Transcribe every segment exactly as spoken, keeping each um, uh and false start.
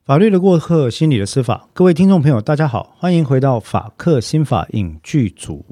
法律的过客，心理的司法。各位听众朋友大家好，欢迎回到法客心法影剧组。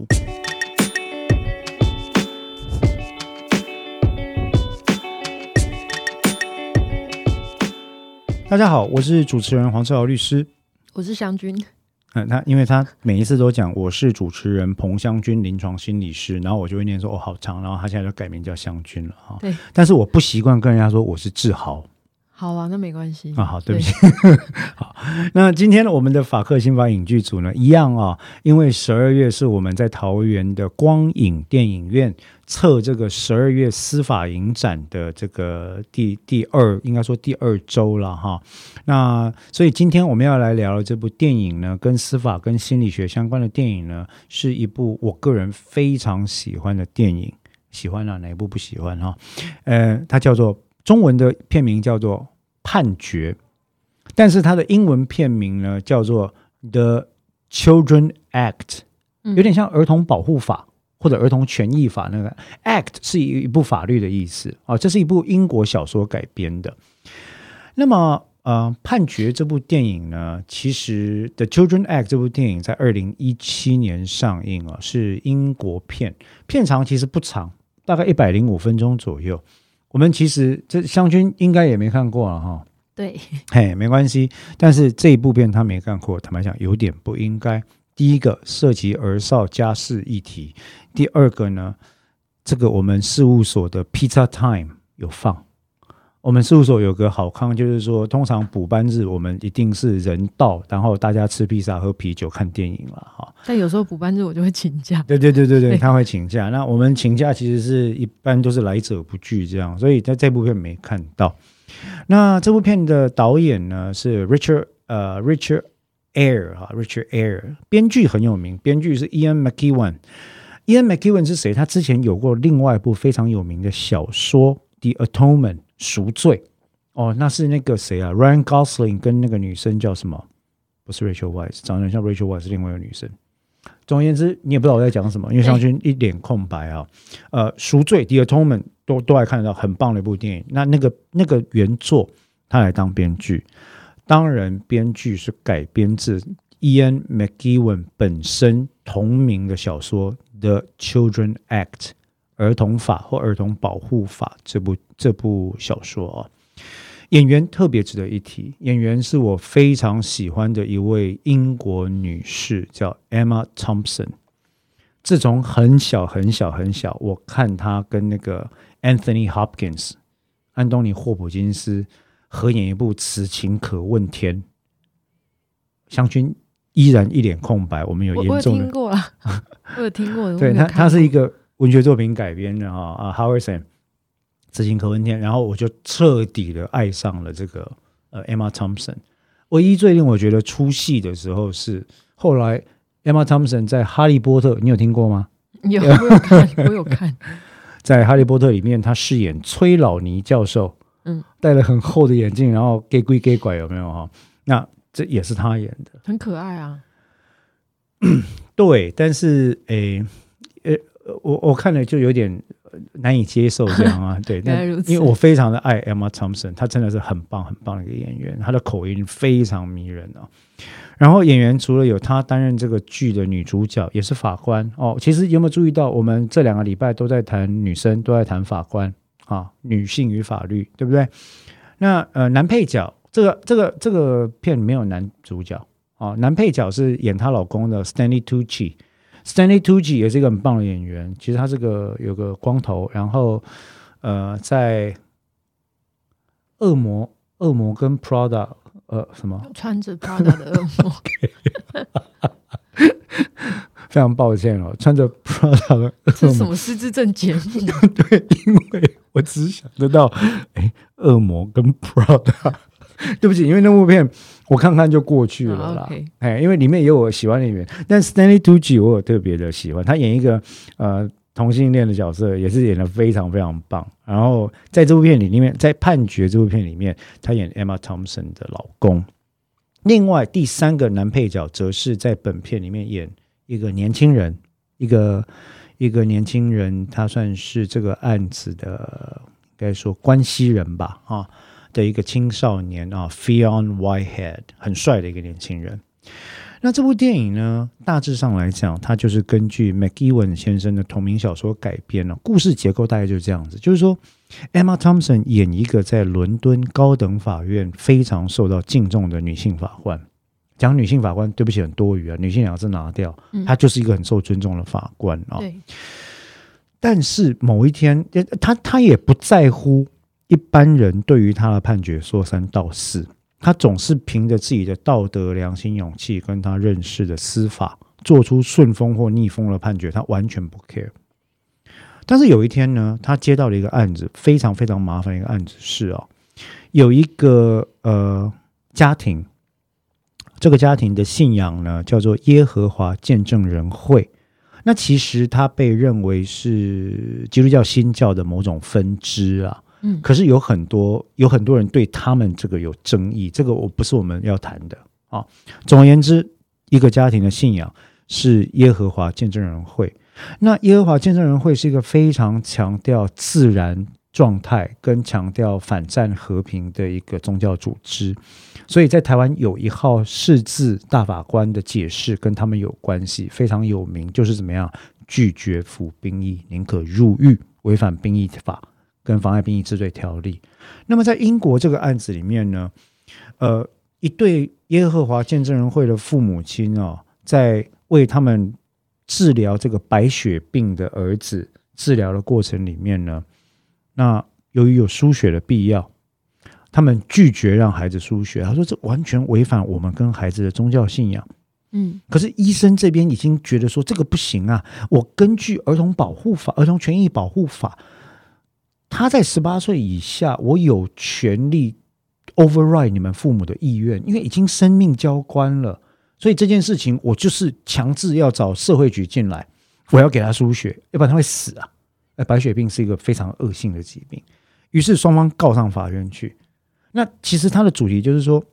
大家好，我是主持人黄世豪律师。 我是湘君。 嗯，他因为他每一次都讲我是主持人彭湘君临床心理师，然后我就会念说哦好长，然后他现在就改名叫湘君了哈。 对， 但是我不习惯跟人家说我是志豪。 好啊，那没关系啊，好，对不起。好，那今天我们的法客心法影剧组呢，一样啊，因为十二月是我们在桃园的光影电影院测这个十二月司法影展的这个第第二，应该说第二周了哈。那所以今天我们要来聊的这部电影呢，跟司法跟心理学相关的电影呢，是一部我个人非常喜欢的电影。喜欢啊，哪一部不喜欢哈？呃，它叫做中文的片名叫做判决，但是它的英文片名呢叫做 The Children Act， 有点像儿童保护法或者儿童权益法。那个 Act 是一部法律的意思啊，这是一部英国小说改编的。那么呃，判决这部电影呢，其实 The Children Act 这部电影在二零一七年上映啊，是英国片，片长其实不长，大概一百零五分钟左右。我们其实这湘君应该也没看过了哈， 对， 嘿，没关系。但是这一部片他没看过，坦白讲有点不应该。第一个涉及儿少家事议题，第二个呢，这个我们事务所的 Pizza Time 有放。我们事务所有个好康，就是说通常补班日我们一定是人到，然后大家吃披萨、喝啤酒、看电影了哈。 但有时候补班日我就会请假。 对对对对对，他会请假。那我们请假其实是一般都是来者不拒这样，所以在这部片没看到。那这部片的导演呢是 Richard 呃 Richard Eyre 哈 Richard Eyre， 编剧很有名，编剧是 Ian McEwan。Ian McEwan 是谁？他之前有过另外一部非常有名的小说 The Atonement 赎罪哦，那是那个谁啊 Ryan Gosling 跟那个女生叫什么？不是 Rachel Weisz， 长得很像 Rachel Weisz 是另外一个女生。总而言之，你也不知道我在讲什么，因为湘君一脸空白啊。呃，赎罪 The Atonement 都都还看得到，很棒的一部电影。那那个那个原作他来当编剧，当然编剧是改编自 Ian McEwan 本身同名的小说 The Children Act 儿童法或儿童保护法这部这部小说啊。演员特别值得一提，演员是我非常喜欢的一位英国女士，叫 Emma Thompson。自从很小很小很小，我看她跟那个 Anthony Hopkins 安东尼霍普金斯合演一部《此情可问天》，湘君依然一脸空白。我们有严重的，我有听过啦，我有听过。 对，它它是一个文学作品改编的啊 ，Howard Sand。此情可问天，然后我就彻底的爱上了这个呃 Emma Thompson。唯一最令我觉得出戏的时候是后来 Emma Thompson 在《哈利波特》，你有听过吗？ 有，我有看，我有看。 在《哈利波特》里面，他饰演崔老尼教授，嗯，戴了很厚的眼镜，然后 gay 鬼 gay 拐，有没有哈？那这也是他演的， 很可爱啊。 对，但是诶，呃，我我看了就有点难以接受这样啊，对，但因为我非常的爱 Emma Thompson， 她真的是很棒很棒的一个演员，她的口音非常迷人哦。然后演员除了有她担任这个剧的女主角，也是法官哦。其实有没有注意到，我们这两个礼拜都在谈女生，都在谈法官啊，女性与法律，对不对？那呃，男配角这个这个这个片没有男主角啊，男配角是演她老公的 Stanley Tucci。Stanley Tucci 也是一个很棒的演员，其实他是个有个光头，然后呃，在恶魔恶魔跟 Prada 呃什么穿着 Prada 的恶魔非常抱歉哦，穿着 Prada 的恶魔， 这是什么失智症节目？ 对，因为我只想得到哎，恶魔跟 Prada 对不起，因为那部片我看看就过去了啦、oh, okay. 哎，因为里面也有我喜欢的演员，但 Stanley Tucci 我有特别的喜欢，他演一个呃同性恋的角色，也是演得非常非常棒。然后在这部片里面，在判决这部片里面，他演 Emma Thompson 的老公。另外第三个男配角则是在本片里面演一个年轻人，一个一个年轻人，他算是这个案子的应该说关系人吧啊。 的一个青少年啊 Fionn Whitehead， 很帅的一个年轻人。那这部电影呢，大致上来讲，它就是根据 McEwan 先生的同名小说改编了。故事结构大概就是这样子，就是说 Emma Thompson 演一个在伦敦高等法院非常受到敬重的女性法官。讲女性法官，对不起，很多余啊，女性两个字拿掉，她就是一个很受尊重的法官啊。 对。 但是某一天，她她也不在乎一般人对于她的判决说三道四。他总是凭着自己的道德、良心、勇气跟他认识的司法做出顺风或逆风的判决，他完全不 care。 但是有一天呢，他接到了一个案子，非常非常麻烦的一个案子是、哦、有一个呃家庭，这个家庭的信仰呢叫做耶和华见证人会，那其实他被认为是基督教新教的某种分支啊。嗯、可是有很多有很多人对他们这个有争议，这个我不是我们要谈的啊。总而言之，一个家庭的信仰是耶和华见证人会。那耶和华见证人会是一个非常强调自然状态跟强调反战和平的一个宗教组织，所以在台湾有一号释字大法官的解释跟他们有关系，非常有名，就是怎么样拒绝服兵役，宁可入狱，违反兵役法跟妨碍兵役治罪条例。那么在英国这个案子里面呢，呃，一对耶和华见证人会的父母亲哦，在为他们治疗这个白血病的儿子治疗的过程里面呢，那由于有输血的必要，他们拒绝让孩子输血。他说这完全违反我们跟孩子的宗教信仰。嗯，可是医生这边已经觉得说这个不行啊，我根据儿童保护法、儿童权益保护法，他在十八岁以下，我有权利 override 你们父母的意愿，因为已经生命交关了，所以这件事情我就是强制要找社会局进来，我要给他输血，要不然他会死啊。白血病是一个非常恶性的疾病，于是双方告上法院去。那其实它的主题就是说，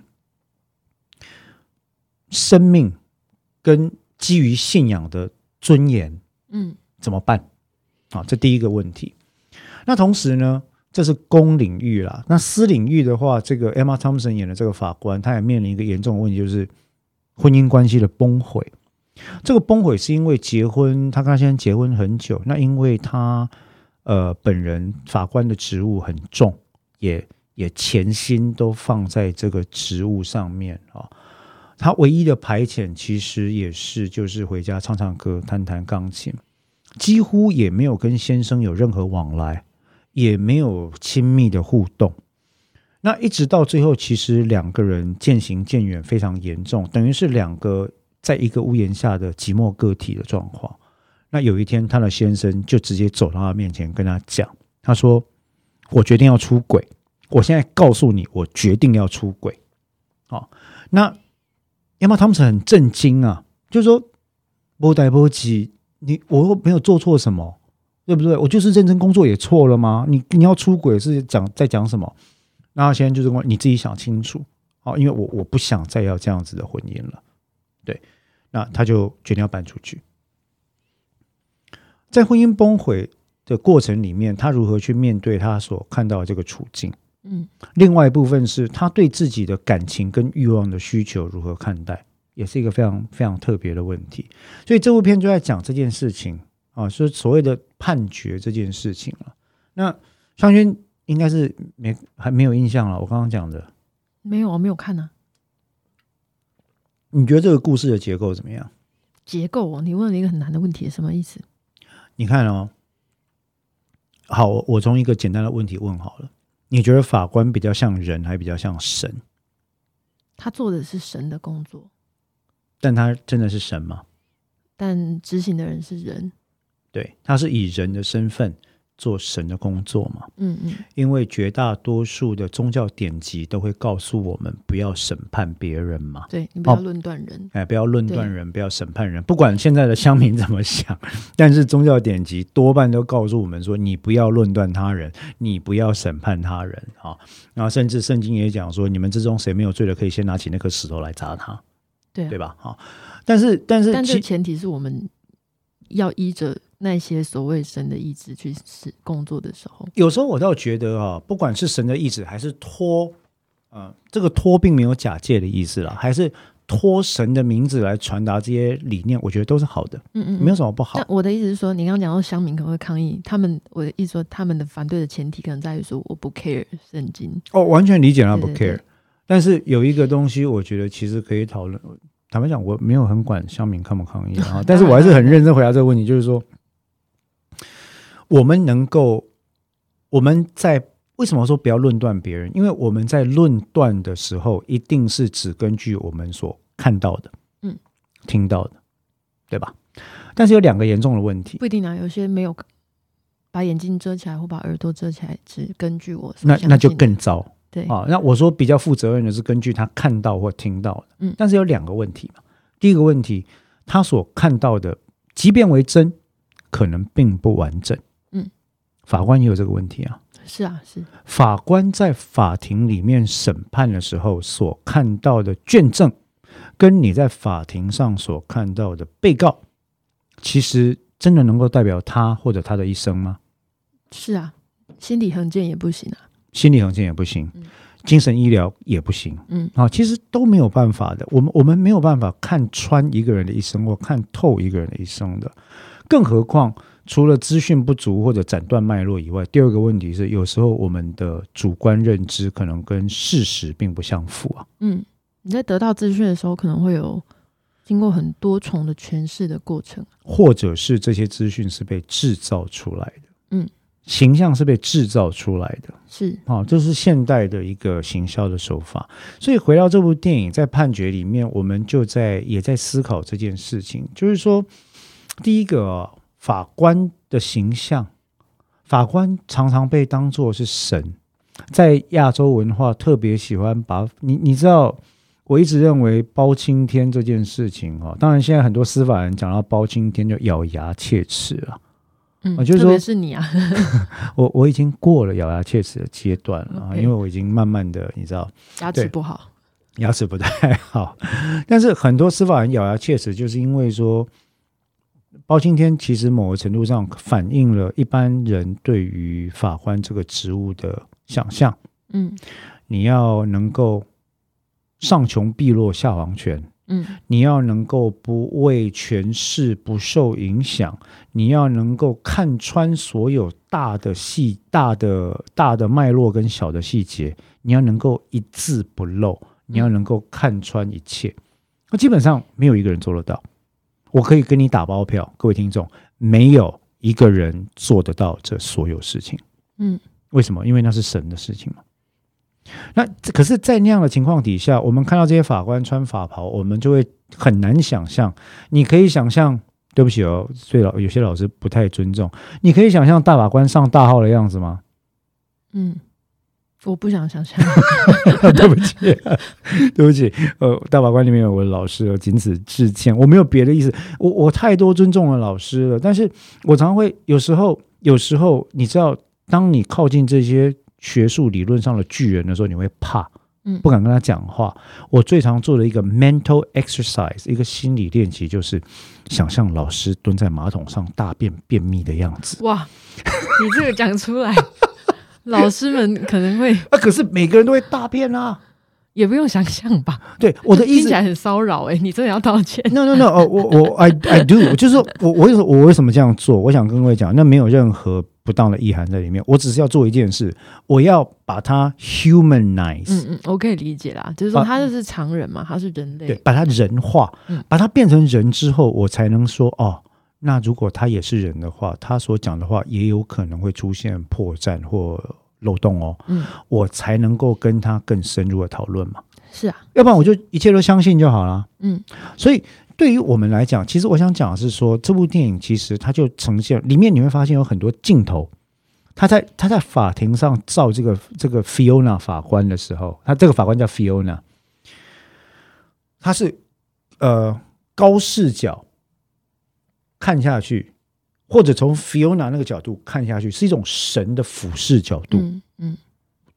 生命跟基于信仰的尊严，嗯，怎么办？啊，这第一个问题。那同时呢，这是公领域啦。那私领域的话，这个 Emma Thompson 演的这个法官，他也面临一个严重的问题，就是婚姻关系的崩毁。这个崩毁是因为结婚，他跟他先生结婚很久，那因为他呃本人法官的职务很重，也也全心都放在这个职务上面啊。他唯一的排遣其实也是就是回家唱唱歌、弹弹钢琴，几乎也没有跟先生有任何往来，也没有亲密的互动。那一直到最后，其实两个人渐行渐远，非常严重，等于是两个在一个屋檐下的寂寞个体的状况。那有一天，他的先生就直接走到他面前跟他讲，他说：我决定要出轨，我现在告诉你，我决定要出轨。哦，那 Emma Thompson 很震惊啊，就是说没代没急，你我又没有做错什么，对不对？我就是认真工作也错了吗？你你要出轨是讲在讲什么？那他先生就是说你自己想清楚，哦，因为我我不想再要这样子的婚姻了。对，那他就决定要搬出去。在婚姻崩毁的过程里面，他如何去面对他所看到的这个处境？嗯，另外一部分是他对自己的感情跟欲望的需求如何看待，也是一个非常非常特别的问题。所以这部片就在讲这件事情啊，是所谓的判决这件事情了。那湘轩应该是没还没有印象了，我刚刚讲的没有，我没有看啊。 你觉得这个故事的结构怎么样？ 结构哦，你问了一个很难的问题，什么意思？ 你看哦，好，我从一个简单的问题问好了，你觉得法官比较像人，还比较像神？ 他做的是神的工作， 但他真的是神吗？ 但执行的人是人。 对，他是以人的身份做神的工作嘛。嗯嗯，因为绝大多数的宗教典籍都会告诉我们不要审判别人嘛。 对，你不要论断人、哦哎、不要论断人，不要审判人，不管现在的乡民怎么想，但是宗教典籍多半都告诉我们说你不要论断他人，你不要审判他人、哦、然后甚至圣经也讲说你们之中谁没有罪的可以先拿起那颗石头来砸他， 对,、啊、对吧、哦、但是但是但这前提是我们要依着那些所谓神的意志去是工作的时候， 有时候我倒觉得啊，不管是神的意志还是托，呃，这个托并没有假借的意思啦，还是托神的名字来传达这些理念，我觉得都是好的，嗯嗯，没有什么不好。 但我的意思是说，你刚刚讲到乡民可能会抗议，他们我的意思说，他们的反对的前提可能在于说，我不 care 圣经。 哦，完全理解他不 care， 对对对， 但是有一个东西，我觉得其实可以讨论。坦白讲，我没有很管乡民抗不抗议啊，但是我还是很认真回答这个问题，就是说，我们能够，我们在为什么说不要论断别人？因为我们在论断的时候，一定是只根据我们所看到的，嗯，听到的，对吧？但是有两个严重的问题， 不一定啊，有些没有把眼睛遮起来或把耳朵遮起来，只根据我所那相信的， 那就更糟。 对啊，那我说比较负责任的是根据他看到或听到的，嗯，但是有两个问题嘛。第一个问题，他所看到的，即便为真，可能并不完整，嗯，法官也有这个问题啊。 是啊，是法官在法庭里面审判的时候所看到的卷证，跟你在法庭上所看到的被告，其实真的能够代表他或者他的一生吗？ 是啊，心理横见也不行啊。 心理横见也不行，嗯，精神医疗也不行，嗯，啊，其实都没有办法的。我们我们没有办法看穿一个人的一生，或看透一个人的一生的。更何况，除了资讯不足或者斩断脉络以外，第二个问题是，有时候我们的主观认知可能跟事实并不相符啊。嗯， 你在得到资讯的时候，可能会有经过很多重的诠释的过程， 或者是这些资讯是被制造出来的。嗯。形象是被制造出来的， 是啊，这是现代的一个行销的手法。所以回到这部电影，在判决里面，我们就在也在思考这件事情，就是说，第一个，哦，法官的形象，法官常常被当作是神，在亚洲文化特别喜欢把你你知道，我一直认为包青天这件事情，哦，当然现在很多司法人讲到包青天就咬牙切齿了。 嗯， 就是说特别是你啊我我已经过了咬牙切齿的阶段了， okay，因为我已经慢慢的你知道牙齿不好， 牙齿不太好，但是很多司法人咬牙切齿，就是因为说包青天其实某个程度上反映了一般人对于法官这个职务的想象。嗯，你要能够上穷碧落下黄泉，嗯，你要能够不为权势不受影响，你要能够看穿所有大的细大的大的脉络跟小的细节，你要能够一字不漏，你要能够看穿一切。那基本上没有一个人做得到，我可以跟你打包票，各位听众，没有一个人做得到这所有事情。嗯，为什么？因为那是神的事情嘛。那可是在那样的情况底下，我们看到这些法官穿法袍，我们就会很难想象。你可以想象，对不起哦，所以有些老师不太尊重，你可以想象大法官上大号的样子吗？ 嗯，我不想想象对不起对不起，呃，大法官里面有我的老师，仅此致歉，我没有别的意思，我我太多尊重了老师了，但是我常会有时候有时候你知道，当你靠近这些学术理论上的巨人的时候，你会怕，不敢跟他讲话。我最常做的一个 mental exercise， 一个心理练习，就是想象老师蹲在马桶上大便便秘的样子。 哇，你这个讲出来老师们可能会啊，可是每个人都会大便啊， 也不用想象吧。 对，我的意思听起来很骚扰哎，你真的要道歉。 No no no， 哦，我我 I I do， 就是说我我我为什么这样做？我想跟各位讲，那没有任何不当的意涵在里面，我只是要做一件事，我要把它 humanize。 嗯嗯，我可以理解啦，就是说他就是常人嘛，他是人类， 对，把它人化，嗯，把它变成人之后，我才能说哦，那如果他也是人的话，他所讲的话也有可能会出现破绽或漏洞哦，嗯，我才能够跟他更深入的讨论嘛。 是啊， 要不然我就一切都相信就好了。嗯，所以对于我们来讲，其实我想讲的是说，这部电影其实它就呈现里面你会发现有很多镜头，他在他在法庭上照这个这个 Fiona 法官的时候，他这个法官叫 Fiona， 他是呃高视角看下去，或者从 Fiona 那个角度看下去，是一种神的俯视角度。嗯嗯，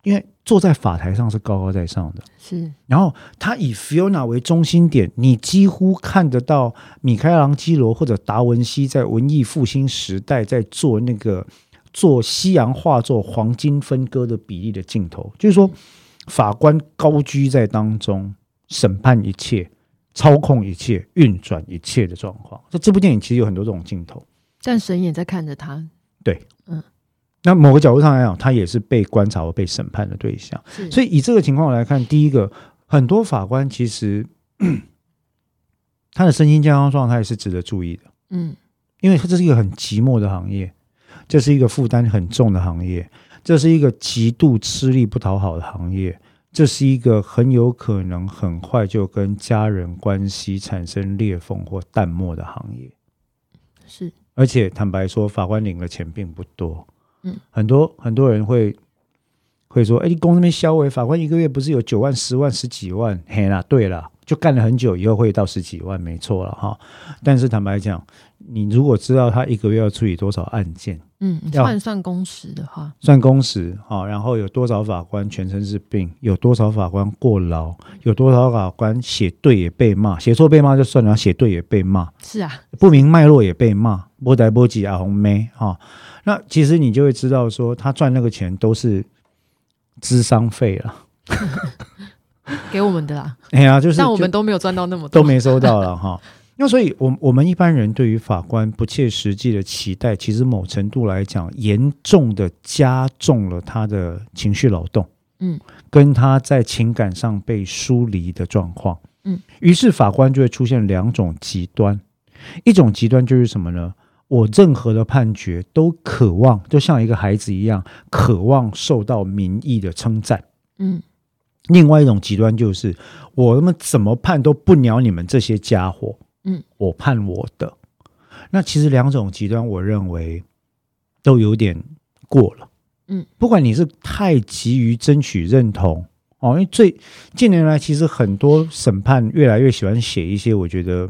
因为坐在法台上是高高在上的， 是， 然后他以 Fiona 为中心点，你几乎看得到米开朗基罗或者达文西在文艺复兴时代在做那个做西洋画作黄金分割的比例的镜头，就是说法官高居在当中，审判一切，操控一切，运转一切的状况。这这部电影其实有很多这种镜头， 但神也在看着他。 对， 嗯。 那某个角度上来讲，他也是被观察和被审判的对象。所以以这个情况来看，第一个，很多法官其实他的身心健康状态是值得注意的。嗯，因为这是一个很寂寞的行业，这是一个负担很重的行业，这是一个极度吃力不讨好的行业，这是一个很有可能很快就跟家人关系产生裂缝或淡漠的行业。 是， 而且坦白说，法官领的钱并不多。 嗯， 很多很多人会会说，哎，你公那边销委法官一个月不是有九万、十万、十几万？嘿啦，对啦，就干了很久以后会到十几万，没错了哈。但是坦白讲，你如果知道他一个月要处理多少案件， 嗯，算算工时的话， 算工时哈，然后有多少法官全身是病，有多少法官过劳，有多少法官写对也被骂，写错被骂就算了，写对也被骂， 是啊， 不明脉络也被骂，波呆波吉阿红妹哈。那其实你就会知道说他赚那个钱都是谘商费了给我们的啦。 哎呀，就是但我们都没有赚到那么多， 都没收到了哈。那所以我我们一般人对于法官不切实际的期待，其实某程度来讲严重的加重了他的情绪劳动，嗯，跟他在情感上被疏离的状况，嗯，于是法官就会出现两种极端。一种极端就是什么呢？我任何的判决都渴望，就像一个孩子一样，渴望受到民意的称赞。嗯，另外一种极端就是我们怎么判都不鸟你们这些家伙。嗯，我判我的。那其实两种极端，我认为都有点过了。嗯，不管你是太急于争取认同哦，因为最近年来其实很多审判越来越喜欢写一些，我觉得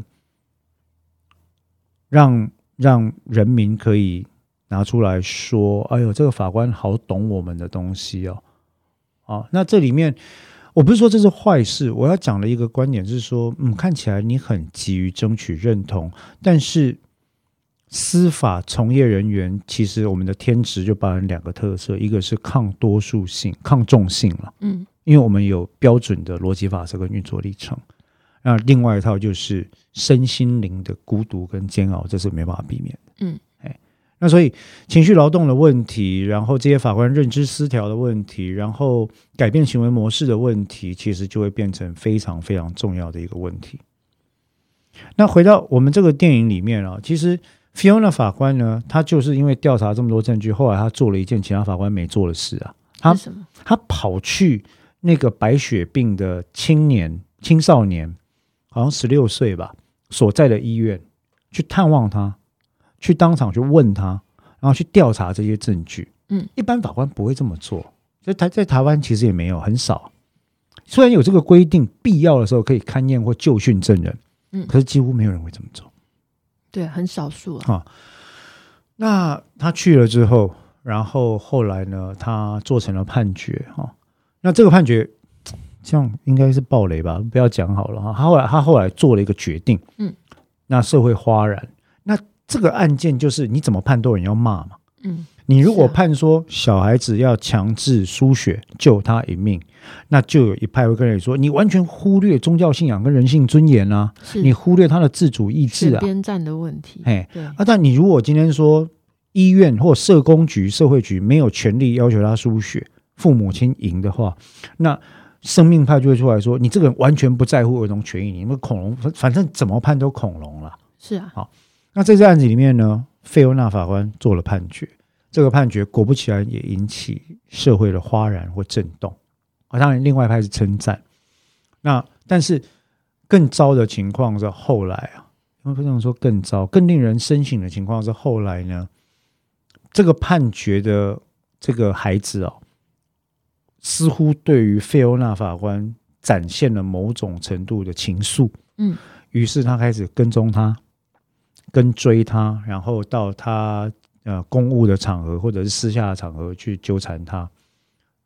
让。让人民可以拿出来说，哎呦，这个法官好懂我们的东西哦。啊，那这里面我不是说这是坏事，我要讲的一个观点是说，嗯，看起来你很急于争取认同，但是司法从业人员其实我们的天职就包含两个特色，一个是抗多数性、抗重性了，嗯，因为我们有标准的逻辑法则跟运作历程。那另外一套就是身心灵的孤独跟煎熬，这是没办法避免的。嗯，哎，那所以情绪劳动的问题，然后这些法官认知失调的问题，然后改变行为模式的问题，其实就会变成非常非常重要的一个问题。那回到我们这个电影里面啊，其实 Fiona 法官呢，他就是因为调查这么多证据，后来他做了一件其他法官没做的事啊，他他跑去那个白血病的青年青少年。好像十六岁吧，所在的医院去探望他，去当场去问他，然后去调查这些证据。嗯，一般法官不会这么做，在台在台湾其实也没有，很少。虽然有这个规定，必要的时候可以勘验或就训证人，嗯，可是几乎没有人会这么做。 对，很少数啊。 啊，那他去了之后，然后后来呢，他做成了判决哈。那这个判决。这样应该是暴雷吧，不要讲好了哈。他后来他后来做了一个决定，嗯，那社会哗然。那这个案件就是你怎么判都有人要骂嘛，嗯，你如果判说小孩子要强制输血救他一命，那就有一派会跟人说，你完全忽略宗教信仰跟人性尊严啊，你忽略他的自主意志啊， 边站的问题。 哎，对啊，但你如果今天说医院或社工局、社会局没有权利要求他输血，父母亲赢的话，那生命派就会出来说，你这个人完全不在乎儿童权益，你们恐龙反正怎么判都恐龙了。 是啊， 好，那在这案子里面呢，费欧娜法官做了判决，这个判决果不其然也引起社会的哗然或震动。啊，当然另外一派是称赞。那但是更糟的情况是后来啊，因为不能说更糟，更令人深省的情况是后来呢，这个判决的这个孩子哦。似乎对于费欧娜法官展现了某种程度的情愫，嗯，于是他开始跟踪他，跟追他，然后到他呃公务的场合或者是私下的场合去纠缠他，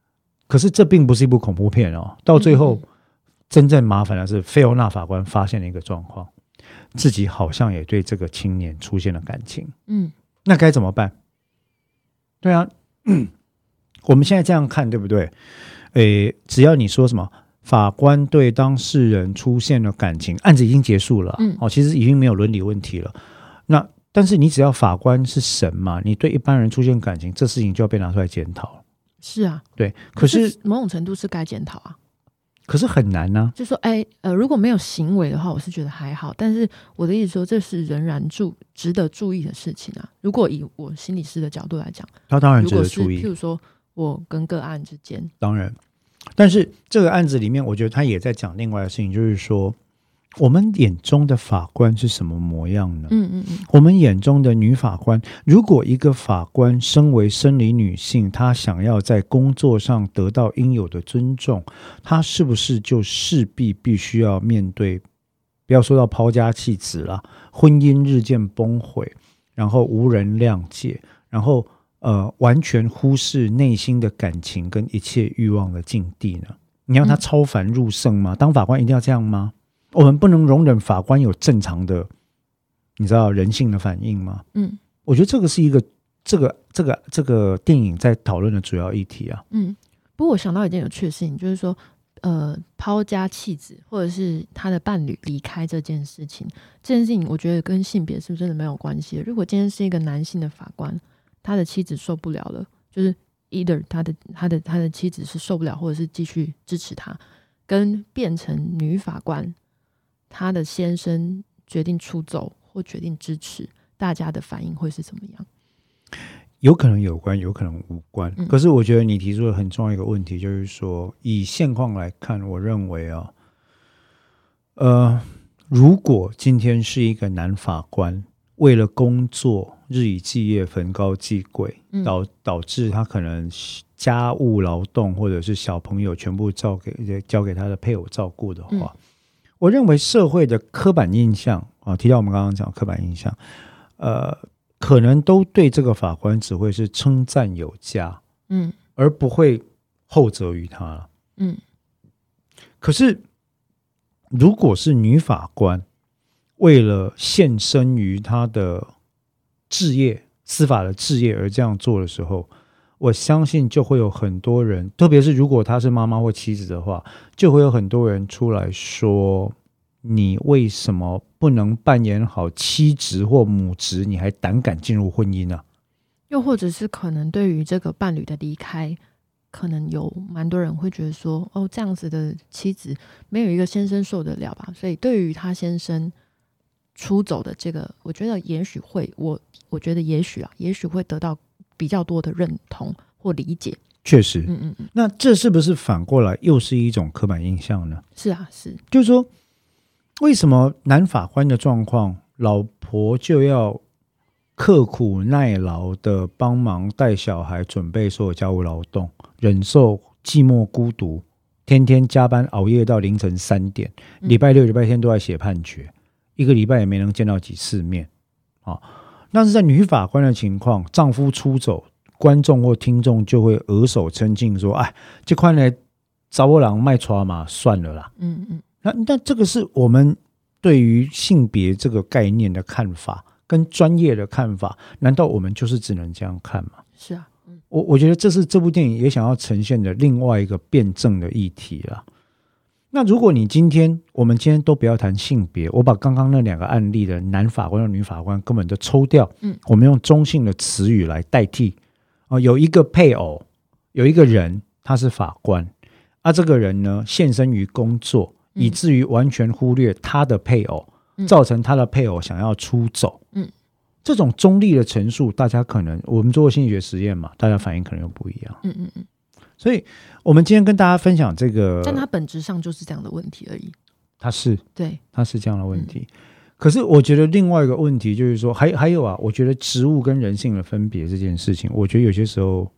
可是这并不是一部恐怖片哦，到最后、嗯、真正麻烦的是菲欧娜法官发现了一个状况，自己好像也对这个青年出现了感情，嗯，那该怎么办？对啊、嗯、我们现在这样看对不对？诶，只要你说什么法官对当事人出现了感情，案子已经结束了、嗯哦、其实已经没有伦理问题了。那但是你只要法官是神嘛，你对一般人出现感情，这事情就要被拿出来检讨。 是啊， 对，可是, 可是某种程度是该检讨啊， 可是很难啊。 就说哎，呃，如果没有行为的话，我是觉得还好，但是我的意思说，这是仍然注值得注意的事情啊。如果以我心理师的角度来讲， 他当然值得注意。 如果是譬如说我跟个案之间， 当然，但是这个案子里面，我觉得他也在讲另外的事情，就是说，我们眼中的法官是什么模样呢？嗯嗯嗯。我们眼中的女法官，如果一个法官身为生理女性，她想要在工作上得到应有的尊重，她是不是就势必必须要面对，不要说到抛家弃子啦，婚姻日渐崩毁，然后无人谅解，然后呃完全忽视内心的感情跟一切欲望的境地呢？你要她超凡入圣吗？当法官一定要这样吗？我们不能容忍法官有正常的，你知道人性的反应吗？嗯，我觉得这个是一个这个这个这个电影在讨论的主要议题啊。 嗯，不过我想到一件有趣的事情，就是说，呃，抛家弃子或者是他的伴侣离开这件事情，这件事情我觉得跟性别是不是真的没有关系的？如果今天是一个男性的法官，他的妻子受不了了，就是 either 他的他的他的妻子是受不了，或者是继续支持他，跟变成女法官。他的先生决定出走或决定支持，大家的反应会是怎么样？ 有可能有关，有可能无关、嗯、可是我觉得你提出了很重要一个问题，就是说以现况来看，我认为啊，呃，如果今天是一个男法官为了工作日以继夜焚高继贵、嗯、导, 导致他可能家务劳动或者是小朋友全部交给交给他的配偶照顾的话、嗯，我认为社会的刻板印象啊，提到我们刚刚讲刻板印象，呃，可能都对这个法官只会是称赞有加，嗯，而不会厚责于他了，嗯。可是，如果是女法官为了献身于她的志业、司法的志业而这样做的时候，我相信就会有很多人，特别是如果她是妈妈或妻子的话，就会有很多人出来说，你为什么不能扮演好妻职或母职，你还胆敢进入婚姻啊？ 又或者是可能对于这个伴侣的离开，可能有蛮多人会觉得说，哦，这样子的妻子没有一个先生受得了吧，所以对于他先生出走的这个，我觉得也许会我我觉得也许啊也许会得到比较多的认同或理解。 确实，嗯嗯嗯，那这是不是反过来又是一种刻板印象呢？ 是啊，是， 就是说，为什么男法官的状况，老婆就要刻苦耐劳的帮忙带小孩，准备所有家务劳动，忍受寂寞孤独，天天加班熬夜到凌晨三点，礼拜六礼拜天都在写判决、嗯、一个礼拜也没能见到几次面、哦、但是在女法官的情况，丈夫出走，观众或听众就会额手称庆说，哎，这块呢查某人卖抓嘛，算了啦。嗯嗯，那那这个是我们对于性别这个概念的看法跟专业的看法，难道我们就是只能这样看吗？ 是啊，嗯、 我我觉得这是这部电影也想要呈现的另外一个辩证的议题啦。那如果你今天我们今天都不要谈性别，我把刚刚那两个案例的男法官和女法官根本都抽掉，嗯，我们用中性的词语来代替、呃、有一个配偶，有一个人他是法官，啊，这个人呢献身于工作，以至于完全忽略他的配偶、嗯、造成他的配偶想要出走、嗯、这种中立的陈述，大家可能我们做过心理学实验嘛，大家反应可能又不一样。嗯嗯嗯。所以我们今天跟大家分享这个， 但它本质上就是这样的问题而已。 它是对， 它是这样的问题、嗯、可是我觉得另外一个问题就是说，还还有啊，我觉得职务跟人性的分别这件事情，我觉得有些时候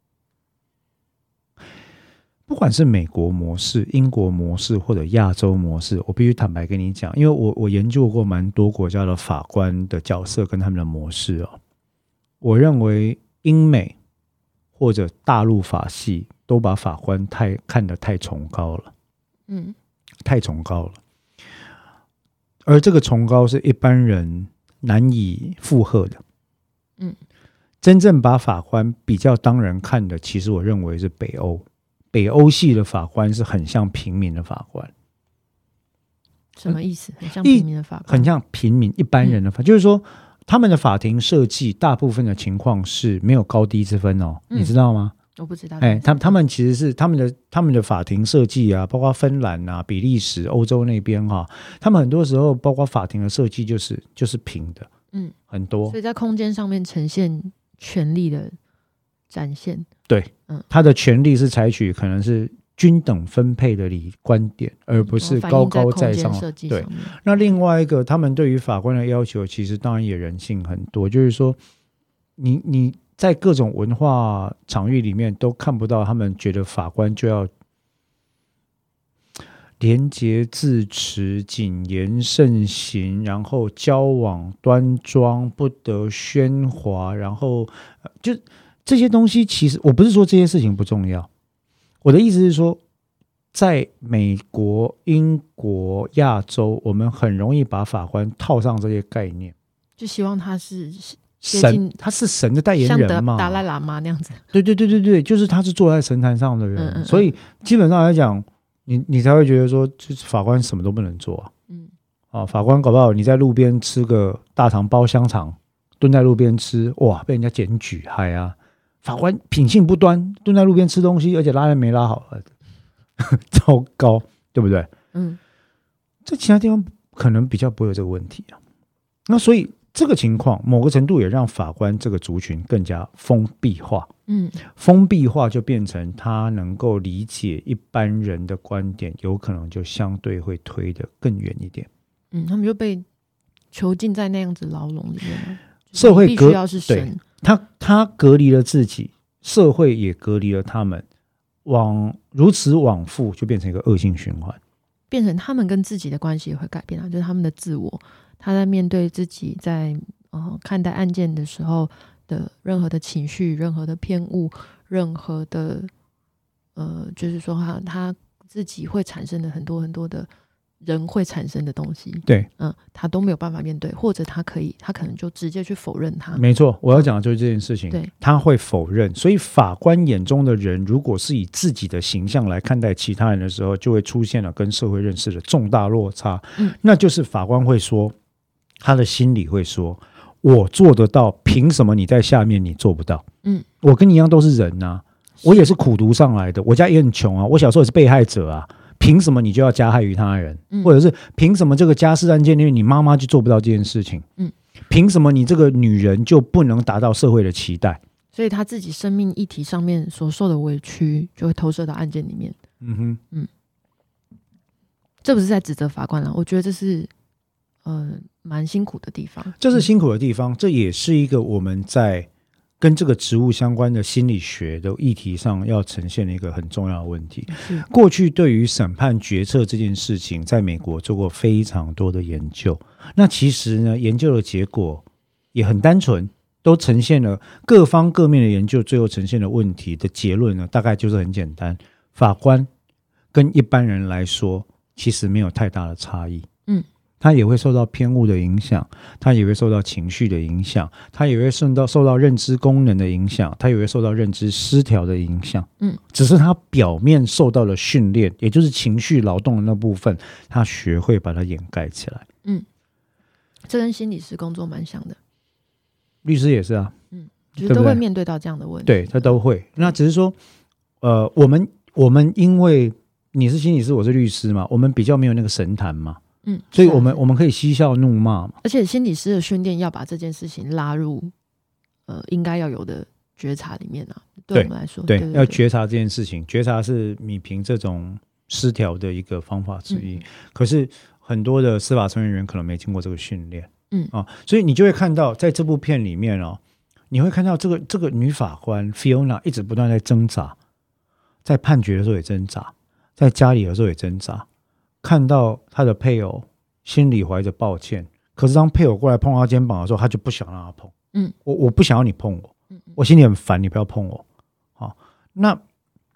不管是美国模式、英国模式或者亚洲模式，我必须坦白跟你讲，因为我我研究过蛮多国家的法官的角色跟他们的模式哦。我认为英美或者大陆法系都把法官太看得太崇高了， 嗯， 太崇高了，而这个崇高是一般人难以负荷的。 嗯， 真正把法官比较当人看的，其实我认为是北欧，北欧系的法官是很像平民的法官。 什么意思？很像平民的法官， 很像平民一般人的法、嗯、就是说他们的法庭设计大部分的情况是没有高低之分哦，嗯、你知道吗？ 我不知道。 哎，他他们其实是他们的他们的法庭设计啊，包括芬兰啊、比利时、欧洲那边哈、啊，他们很多时候包括法庭的设计就是就是平的，嗯，很多， 所以在空间上面呈现权力的展现。 对，嗯，他的权力是采取可能是均等分配的理观点，而不是高高在上。 在对，那另外一个，他们对于法官的要求，其实当然也人性很多，就是说，你你在各种文化场域里面都看不到他们觉得法官就要廉洁自持、谨言慎行，然后交往端庄，不得喧哗，然后就这些东西，其实我不是说这些事情不重要。我的意思是说，在美国、英国、亚洲，我们很容易把法官套上这些概念， 就希望他是神，他是神的代言人嘛， 像达赖喇嘛那样子。 对对对对对，就是他是坐在神坛上的人，嗯嗯嗯，所以基本上来讲，你你才会觉得说，就是法官什么都不能做啊。嗯，啊，法官搞不好你在路边吃个大肠包香肠，蹲在路边吃，哇，被人家检举，嗨啊！法官品性不端，蹲在路边吃东西，而且拉人没拉好，糟糕，对不对？嗯，在其他地方可能比较不会有这个问题啊。那所以这个情况，某个程度也让法官这个族群更加封闭化。嗯，封闭化就变成他能够理解一般人的观点，有可能就相对会推得更远一点。 嗯，他们就被囚禁在那样子牢笼里面了。 社会隔必须要是神。 他他隔离了自己，社会也隔离了他们，往如此往复，就变成一个恶性循环， 变成他们跟自己的关系也会改变啊，就是他们的自我，他在面对自己在、呃、看待案件的时候的任何的情绪、任何的偏误、任何的呃，就是说他他自己会产生的很多很多的。人会产生的东西， 对， 嗯，他都没有办法面对，或者他可以，他可能就直接去否认他。 没错，我要讲的就是这件事情， 对， 他会否认。所以法官眼中的人，如果是以自己的形象来看待其他人的时候，就会出现了跟社会认识的重大落差。嗯，那就是法官会说，他的心里会说：“我做得到，凭什么你在下面你做不到？”嗯，我跟你一样都是人啊，我也是苦读上来的，我家也很穷啊，我小时候也是被害者啊。凭什么你就要加害于他人、嗯、或者是凭什么这个家事案件里面你妈妈就做不到这件事情、嗯、凭什么你这个女人就不能达到社会的期待？ 所以他自己生命议题上面所受的委屈就会投射到案件里面。嗯哼，嗯，这不是在指责法官啦，我觉得这是呃蛮辛苦的地方。 这是辛苦的地方、嗯、这也是一个我们在跟这个职务相关的心理学的议题上要呈现的一个很重要的问题。过去对于审判决策这件事情，在美国做过非常多的研究。那其实呢，研究的结果也很单纯，都呈现了各方各面的研究，最后呈现的问题的结论呢，大概就是很简单：法官跟一般人来说，其实没有太大的差异。嗯。他也会受到偏误的影响，他也会受到情绪的影响，他也会受到受到认知功能的影响，他也会受到认知失调的影响。嗯，只是他表面受到了训练，也就是情绪劳动的那部分，他学会把它掩盖起来。 嗯，这跟心理师工作蛮像的。 律师也是啊， 嗯，就是都会面对到这样的问题。 对，他都会。那只是说，呃，我们我们因为你是心理师，我是律师嘛，我们比较没有那个神坛嘛。嗯，所以我们、啊、我们可以嬉笑怒骂嘛。 而且心理师的训练要把这件事情拉入呃应该要有的觉察里面啊。对我们来说， 对， 对对对， 要觉察这件事情，觉察是弭平这种失调的一个方法之一。嗯、可是很多的司法从业人员可能没经过这个训练，嗯啊，所以你就会看到在这部片里面哦，你会看到这个这个女法官 Fiona 一直不断在挣扎，在判决的时候也挣扎，在家里的时候也挣扎。看到他的配偶，心里怀着抱歉，可是当配偶过来碰他肩膀的时候，他就不想让他碰。嗯，我我不想要你碰我，嗯、我心里很烦，你不要碰我。好，那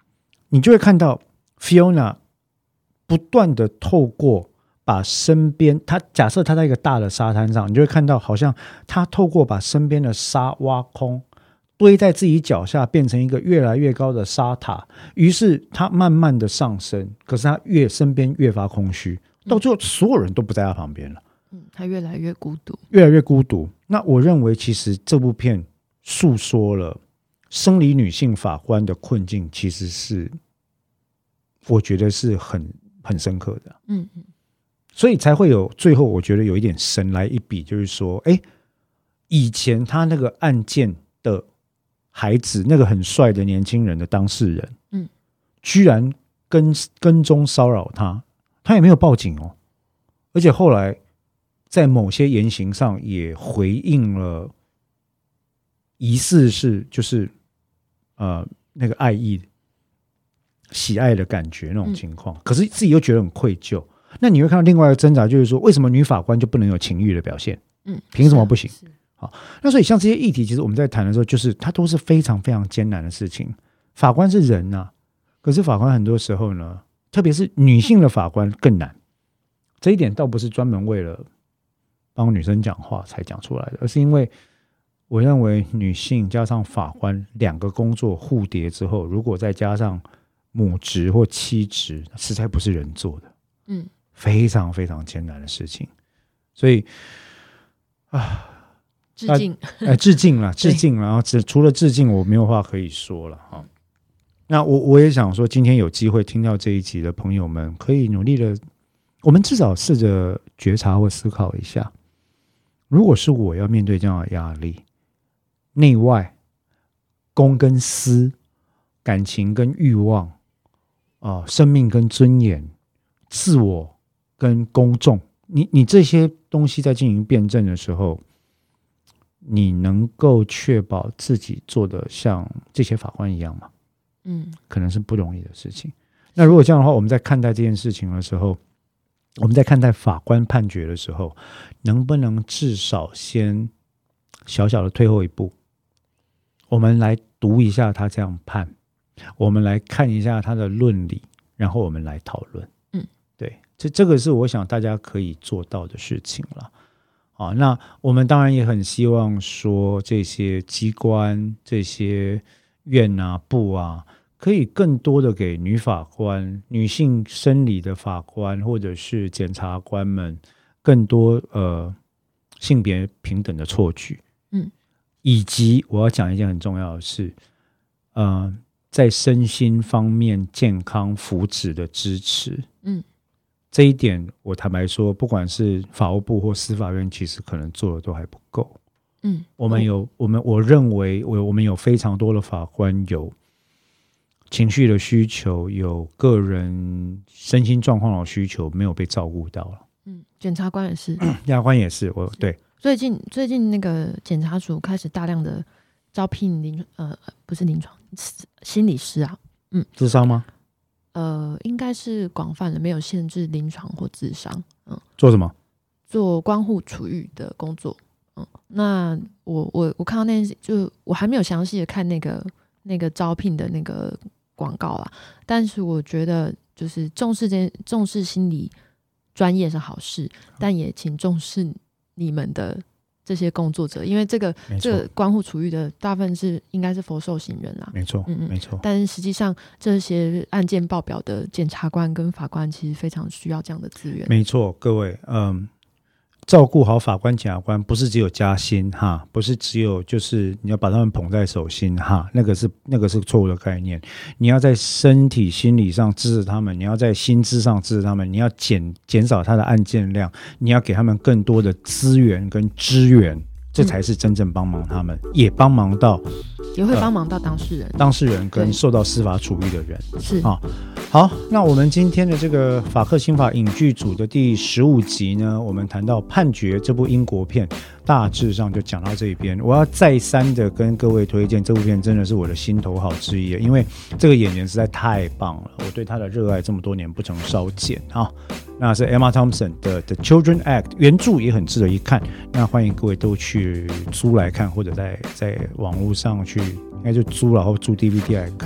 你就会看到 Fiona 不断的透过把身边，他假设他在一个大的沙滩上，你就会看到好像他透过把身边的沙挖空，堆在自己脚下，变成一个越来越高的沙塔，于是他慢慢的上升，可是他越身边越发空虚，到最后所有人都不在他旁边了， 嗯，他越来越孤独， 越来越孤独。那我认为其实这部片诉说了生理女性法官的困境，其实是我觉得是很很深刻的， 嗯嗯， 所以才会有最后我觉得有一点神来一笔，就是说，哎，以前他那个案件的孩子，那个很帅的年轻人的当事人， 嗯，居居然跟跟踪骚扰他，他也没有报警哦，而且后来在某些言行上也回应了，疑似是就是呃那个爱意、喜爱的感觉那种情况，嗯、可是自己又觉得很愧疚。那你会看到另外一个挣扎，就是说，为什么女法官就不能有情欲的表现？ 嗯， 凭什么不行？ 好， 那所以像这些议题，其实我们在谈的时候，就是它都是非常非常艰难的事情。法官是人啊，可是法官很多时候呢，特别是女性的法官更难。这一点倒不是专门为了帮女生讲话才讲出来的，而是因为我认为女性加上法官两个工作互叠之后，如果再加上母职或妻职，实在不是人做的。 嗯。 非常非常艰难的事情，所以啊， 致敬， 哎，致敬了，致敬了。然后只除了致敬，我没有话可以说了哈。那我我也想说，今天有机会听到这一集的朋友们，可以努力的，我们至少试着觉察或思考一下，如果是我要面对这样的压力，内外、公跟私、感情跟欲望啊、呃，生命跟尊严、自我跟公众，你你这些东西在进行辩证的时候，你能够确保自己做的像这些法官一样吗？ 嗯， 可能是不容易的事情。那如果这样的话，我们在看待这件事情的时候，我们在看待法官判决的时候，能不能至少先小小的退后一步，我们来读一下他这样判，我们来看一下他的论理，然后我们来讨论。 嗯， 对，这这个是我想大家可以做到的事情了。好，那我们当然也很希望说，这些机关、这些院啊、部啊，可以更多的给女法官、女性生理的法官或者是检察官们更多呃性别平等的措举。 嗯， 以及我要讲一件很重要的事，呃，在身心方面健康福祉的支持。 嗯。 这一点我坦白说，不管是法务部或司法院，其实可能做的都还不够。 嗯， 我们有我们我认为我我们有非常多的法官有情绪的需求，有个人身心状况的需求没有被照顾到了。 嗯，检察官也是， 检察官也是，我对最近最近那个检察署开始大量的招聘临呃不是临床心理师啊，嗯， 諮商吗？ 呃，应该是广泛的，没有限制临床或諮商。嗯， 做什么？ 做关护处遇的工作。嗯，那我我我看到那就我还没有详细的看那个那个招聘的那个广告啦，但是我觉得就是重视这重视心理专业是好事，但也请重视你们的这些工作者，因为这个这个关护处遇的大部分是应该是佛受刑人啦， 没错，嗯嗯，没错。 但是实际上这些案件报表的检察官跟法官其实非常需要这样的资源。 没错，各位，嗯，照顾好法官、检察官，不是只有加薪哈，不是只有就是你要把他们捧在手心哈，那个是那个是错误的概念。你要在身体、心理上支持他们，你要在薪资上支持他们，你要减减少他的案件量，你要给他们更多的资源跟支援，这才是真正帮忙他们，嗯、也帮忙到， 也会帮忙到当事人、呃、 当事人跟受到司法处遇的人是啊。好，那我们今天的这个法客心法影剧组的第十五集呢，我们谈到判决这部英国片，大致上就讲到这边。我要再三的跟各位推荐这部片，真的是我的心头好之一，因为这个演员实在太棒了，我对他的热爱这么多年不曾稍减啊。那是 Emma Thompson 的 The Children Act， 原著也很值得一看，那欢迎各位都去租来看，或者在在网络上去，应该就租然后租 D V D 来看。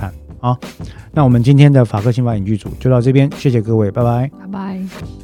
好，那我们今天的法克刑法影剧组就到这边，谢谢各位，拜拜。 拜拜。